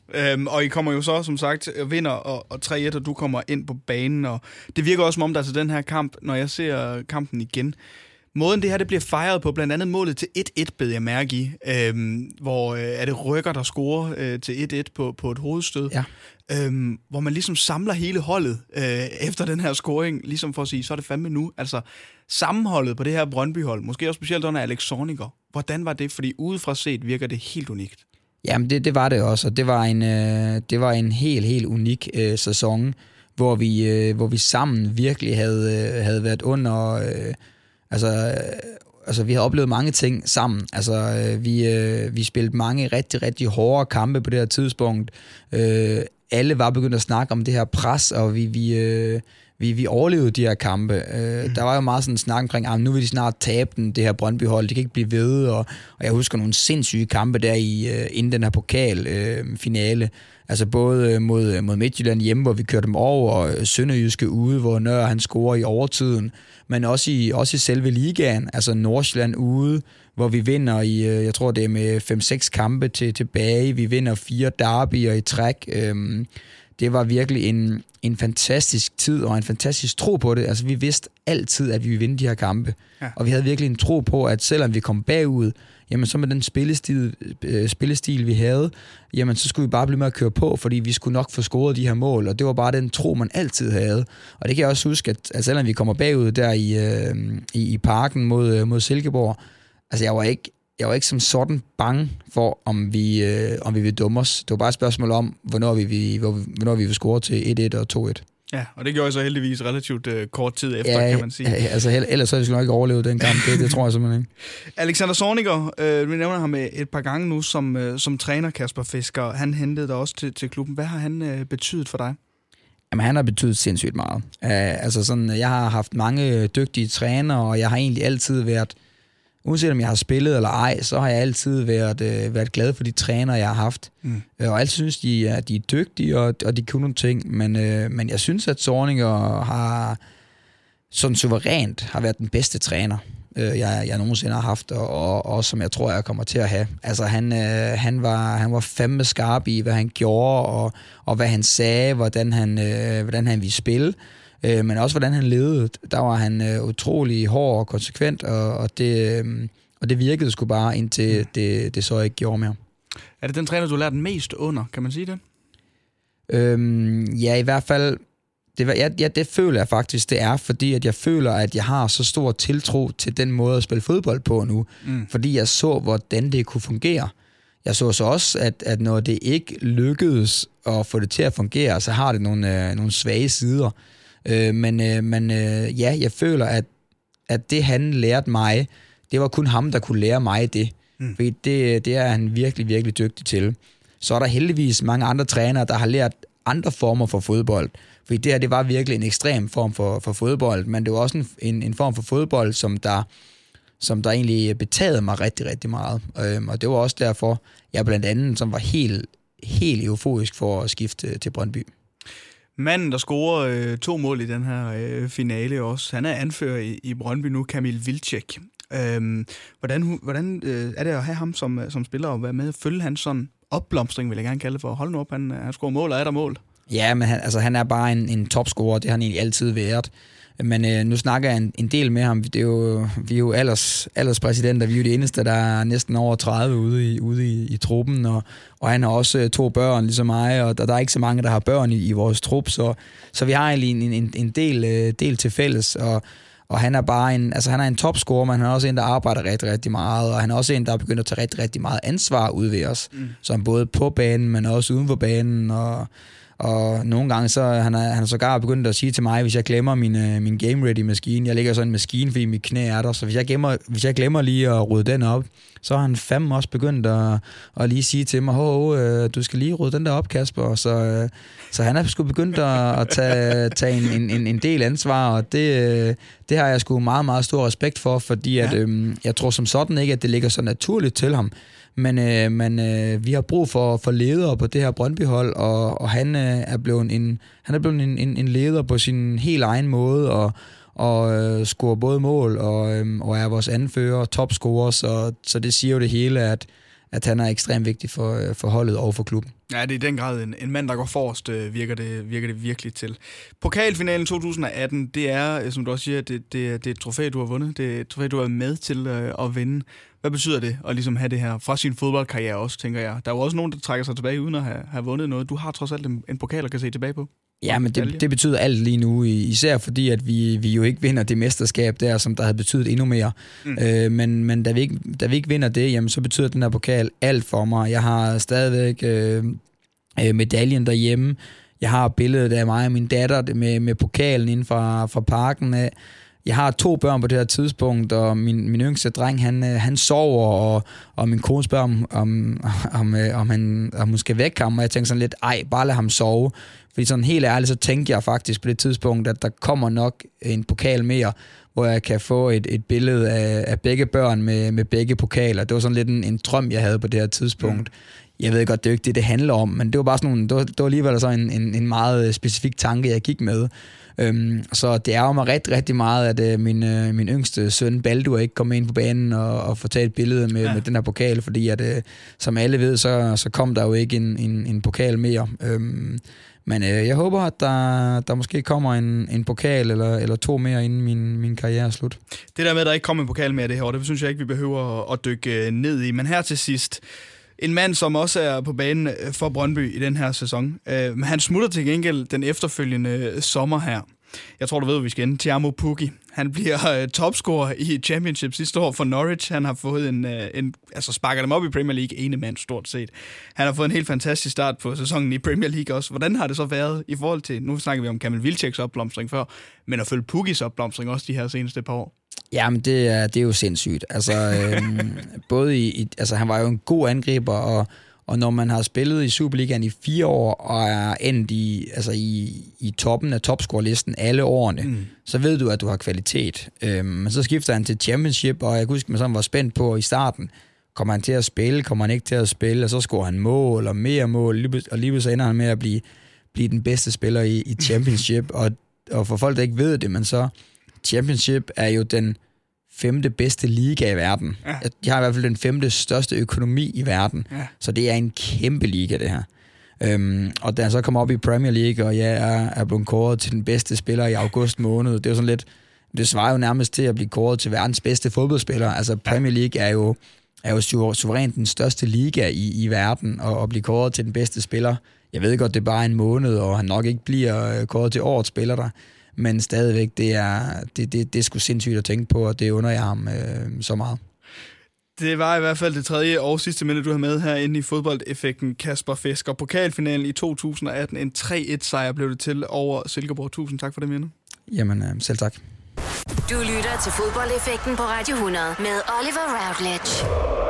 Øhm, og I kommer jo så, som sagt, vinder og, og tre et, og du kommer ind på banen. Og det virker også som om, der til den her kamp, når jeg ser kampen igen, måden det her det bliver fejret på, blandt andet målet til et et, bed jeg mærke i, øhm, hvor øh, er det Rykker, der scorer øh, til et et på, på et hovedstød, ja. øhm, hvor man ligesom samler hele holdet øh, efter den her scoring, ligesom for at sige, så er det fandme nu. Altså sammenholdet på det her Brøndby-hold, måske også specielt under Alex Zorniger. Hvordan var det? Fordi udefra set virker det helt unikt. Jamen det, det var det også, og det var en, øh, det var en helt, helt unik øh, sæson, hvor vi, øh, hvor vi sammen virkelig havde, øh, havde været under... Øh, Altså, altså, vi har oplevet mange ting sammen. Altså, øh, vi, øh, vi spillede mange rigtig, rigtig hårde kampe på det her tidspunkt. Øh, alle var begyndt at snakke om det her pres, og vi, vi, øh, vi, vi overlevede de her kampe. Øh, mm. Der var jo meget sådan en snak omkring, at nu vil de snart tabe den, det her Brøndby-hold. Det kan ikke blive ved, og, og jeg husker nogle sindssyge kampe der i, øh, inden den her pokalfinale. Øh, altså både mod, mod Midtjylland hjemme, hvor vi kørte dem over, og Sønderjyske ude, hvor Nør han scorer i overtiden, men også i, også i selve ligaen, altså Nordsjælland ude, hvor vi vinder i, jeg tror det er med fem seks kampe til, tilbage, vi vinder fire derbyer i træk. Øhm, det var virkelig en, en fantastisk tid, og en fantastisk tro på det. Altså vi vidste altid, at vi ville vinde de her kampe, ja. Og vi havde virkelig en tro på, at selvom vi kom bagud, jamen så med den spillestil, øh, spillestil, vi havde, jamen så skulle vi bare blive med at køre på, fordi vi skulle nok få scoret de her mål, og det var bare den tro, man altid havde. Og det kan jeg også huske, at, at selvom vi kommer bagud der i, øh, i, i parken mod, mod Silkeborg, altså jeg var ikke, jeg var ikke som sådan bange for, om vi, øh, om vi ville dumme os. Det var bare et spørgsmål om, hvornår vi, vi, hvornår vi ville score til et et og to et. Ja, og det gjorde jeg så heldigvis relativt øh, kort tid efter, ja, kan man sige. Ja, altså ellers så havde vi nok ikke overlevet den kamp, det, det tror jeg simpelthen ikke. Alexander Zorniger, øh, vi nævner ham et par gange nu som, øh, som træner, Kasper Fisker. Han hentede dig også til, til klubben. Hvad har han øh, betydet for dig? Jamen, han har betydet sindssygt meget. Uh, altså sådan, jeg har haft mange dygtige trænere, og jeg har egentlig altid været, uanset om jeg har spillet eller ej, så har jeg altid været, øh, været glad for de trænere, jeg har haft. Mm. Og altid synes, de er, de er dygtige, og, og de kunne nogle ting. Men, øh, men jeg synes, at Zorniger har sådan suverænt har været den bedste træner, øh, jeg, jeg nogensinde har haft, og, og, og som jeg tror, jeg kommer til at have. Altså, han, øh, han, var, han var fandme skarp i, hvad han gjorde, og, og hvad han sagde, hvordan han, øh, hvordan han ville spille. Øh, men også hvordan han levede. Der var han øh, utrolig hård og konsekvent, og, og, det, øh, og det virkede sgu bare, indtil det, det så ikke gjorde mere. Er det den træner, du har lært mest under? Kan man sige det? Øhm, ja, i hvert fald. Det, ja, ja, det føler jeg faktisk, det er, fordi at jeg føler, at jeg har så stor tiltro til den måde at spille fodbold på nu. Mm. Fordi jeg så, hvordan det kunne fungere. Jeg så så også, at, at når det ikke lykkedes at få det til at fungere, så har det nogle, øh, nogle svage sider. Øh, men øh, men øh, ja, jeg føler, at, at det han lærte mig, det var kun ham, der kunne lære mig det. Mm. Fordi det, det er han virkelig, virkelig dygtig til. Så er der heldigvis mange andre trænere, der har lært andre former for fodbold. Fordi det her, det var virkelig en ekstrem form for, for fodbold, men det var også en, en, en form for fodbold, som der, som der egentlig betagede mig rigtig, rigtig meget. Øhm, og det var også derfor, jeg blandt andet som var helt, helt euforisk for at skifte til Brøndby. Manden, der scorer øh, to mål i den her øh, finale også, han er anfører i, i Brøndby nu, Kamil Vilcek. Øhm, hvordan hvordan øh, er det at have ham som, som spiller og være med at følge hans sådan opblomstring, vil jeg gerne kalde det for. Hold nu op, han, han scorer mål, og er der mål? Ja, men han, altså, han er bare en, en topscorer, det har han egentlig altid været. Men øh, nu snakker jeg en, en del med ham. Det er jo, vi er jo alders, alderspræsidenter, vi er jo de eneste, der er næsten over tredive ude i, ude i, i truppen, og, og han har også øh, to børn, ligesom mig, og der, der er ikke så mange, der har børn i, i vores trup, så, så vi har egentlig en, en, en del, øh, del til fælles, og Og han er bare en, altså han er en topscorer, men han er også en, der arbejder rigtig, rigtig meget, og han er også en, der er begyndt at tage rigtig, rigtig meget ansvar ud ved os, mm. som både på banen, men også uden for banen, og, og nogle gange så han er han er sågar begyndt at sige til mig, hvis jeg glemmer min, min game ready maskine, jeg ligger sådan en maskine, fordi mit knæ er der, så hvis jeg glemmer, hvis jeg glemmer lige at rydde den op, så har han fandme også begyndt at, at lige sige til mig, hov, øh, du skal lige rydde den der op, Kasper, så, øh, så han er sgu begyndt at, at tage, tage en, en, en del ansvar, og det, det har jeg sgu meget, meget stor respekt for, fordi at, øh, jeg tror som sådan ikke, at det ligger så naturligt til ham, men, øh, men øh, vi har brug for, for ledere på det her Brøndby-hold, og, og han, øh, er blevet en, han er blevet en, en, en leder på sin helt egen måde, og og øh, scorer både mål og, øh, og er vores anfører, topscorer, så, så det siger jo det hele, at, at han er ekstremt vigtig for, for holdet og for klubben. Ja, det er i den grad en, en mand, der går forrest, virker det, virker det virkelig til. Pokalfinalen to tusind atten, det er, som du også siger, det, det, det er et trofæ, du har vundet. Det er et trofæ, du har været med til øh, at vinde. Hvad betyder det at ligesom have det her fra sin fodboldkarriere også, tænker jeg? Der er jo også nogen, der trækker sig tilbage uden at have, have vundet noget. Du har trods alt en, en pokal, der kan se tilbage på. Ja, men det, det betyder alt lige nu, især fordi, at vi, vi jo ikke vinder det mesterskab der, som der havde betydet endnu mere. Mm. Øh, men men da, vi ikke, da vi ikke vinder det, jamen, så betyder den her pokal alt for mig. Jeg har stadigvæk øh, medaljen derhjemme. Jeg har billedet af mig og min datter med, med pokalen inden fra, fra parken af. Jeg har to børn på det her tidspunkt, og min, min yngste dreng, han, han sover, og, og min kone spørger, om, om, om, om, han, om hun skal vække ham, og jeg tænker sådan lidt, ej, bare lad ham sove. Fordi sådan helt ærligt, så tænkte jeg faktisk på det tidspunkt, at der kommer nok en pokal mere, hvor jeg kan få et, et billede af, af begge børn med, med begge pokaler. Det var sådan lidt en, en drøm, jeg havde på det her tidspunkt. Mm. Jeg ved godt, det er jo ikke det, det handler om, men det var bare sådan nogle, det var, det var alligevel så en, en, en meget specifik tanke, jeg gik med. Øhm, så det ærger mig rigtig, rigtig meget, at øh, min, øh, min yngste søn Baldur ikke kom ind på banen og, og få taget et billede med, ja. med den her pokal, fordi at, øh, som alle ved, så, så kom der jo ikke en, en, en pokal mere. Øhm, men øh, jeg håber, at der, der måske kommer en, en pokal eller, eller to mere, inden min, min karriere er slut. Det der med, at der ikke kommer en pokal mere det her år, det synes jeg ikke, vi behøver at, at dykke ned i. Men her til sidst, en mand, som også er på banen for Brøndby i den her sæson. Uh, han smutter til gengæld den efterfølgende sommer her. Jeg tror, du ved, hvor vi skal ende. Teemu Pukki. Han bliver uh, topscorer i Championship sidste år for Norwich. Han har fået en, uh, en... Altså sparker dem op i Premier League, ene mand stort set. Han har fået en helt fantastisk start på sæsonen i Premier League også. Hvordan har det så været i forhold til... Nu snakker vi om Kamil Wilczeks opblomstring før, men at følge Pukkis opblomstring også de her seneste par år. Jamen, det er, det er jo sindssygt. Altså, øhm, både i, i... Altså, han var jo en god angriber, og, og når man har spillet i Superligaen i fire år, og er endt i, altså i, i toppen af topscore-listen alle årene, mm. så ved du, at du har kvalitet. Øhm, men så skifter han til Championship, og jeg kan huske, at man sådan var spændt på i starten. Kommer han til at spille? Kommer han ikke til at spille? Og så scorer han mål og mere mål, og lige så ender han med at blive, blive den bedste spiller i, i Championship. og, og for folk, der ikke ved det, men så... Championship er jo den femte bedste liga i verden. Ja. De har i hvert fald den femte største økonomi i verden. Ja. Så det er en kæmpe liga, det her. Øhm, og da han så kommer op i Premier League, og jeg er, er blevet kåret til den bedste spiller i august måned, det er jo sådan lidt, det svarer jo nærmest til at blive kåret til verdens bedste fodboldspiller. Altså Premier League er jo, er jo suverænt den største liga i, i verden, og at blive kåret til den bedste spiller. Jeg ved godt, det er bare en måned, og han nok ikke bliver kåret til årets spiller der. Men stadigvæk, det er, det, det, det er sgu sindssygt at tænke på, og det under jeg ham øh, så meget. Det var i hvert fald det tredje og sidste minde, du har med herinde i fodboldeffekten. Kasper Fisker, pokalfinalen i to tusind atten. En tre et sejr blev det til over Silkeborg. Tusind tak for det, minde. Jamen, øh, selv tak. Du lytter til fodboldeffekten på Radio hundrede med Oliver Routledge.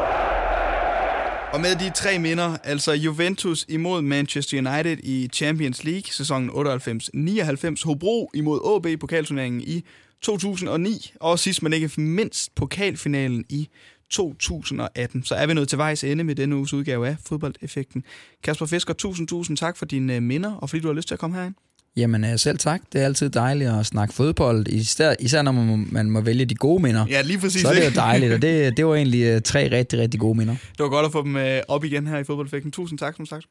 Og med de tre minder, altså Juventus imod Manchester United i Champions League sæsonen otteoghalvfems nioghalvfems, Hobro imod A B pokalturneringen i to tusind og ni, og sidst men ikke mindst pokalfinalen i to tusind og atten. Så er vi nået til vejs ende med denne uges udgave af Fodboldeffekten. Kasper Fisker, tusind, tusind tak for dine minder, og fordi du har lyst til at komme herind. Jamen selv tak. Det er altid dejligt at snakke fodbold, især, især når man må, man må vælge de gode minder. Ja, lige præcis. Så er det jo dejligt, og det, det var egentlig tre rigtig, rigtig gode minder. Det var godt at få dem op igen her i Fodboldeffekten. Tusind tak, som sagt.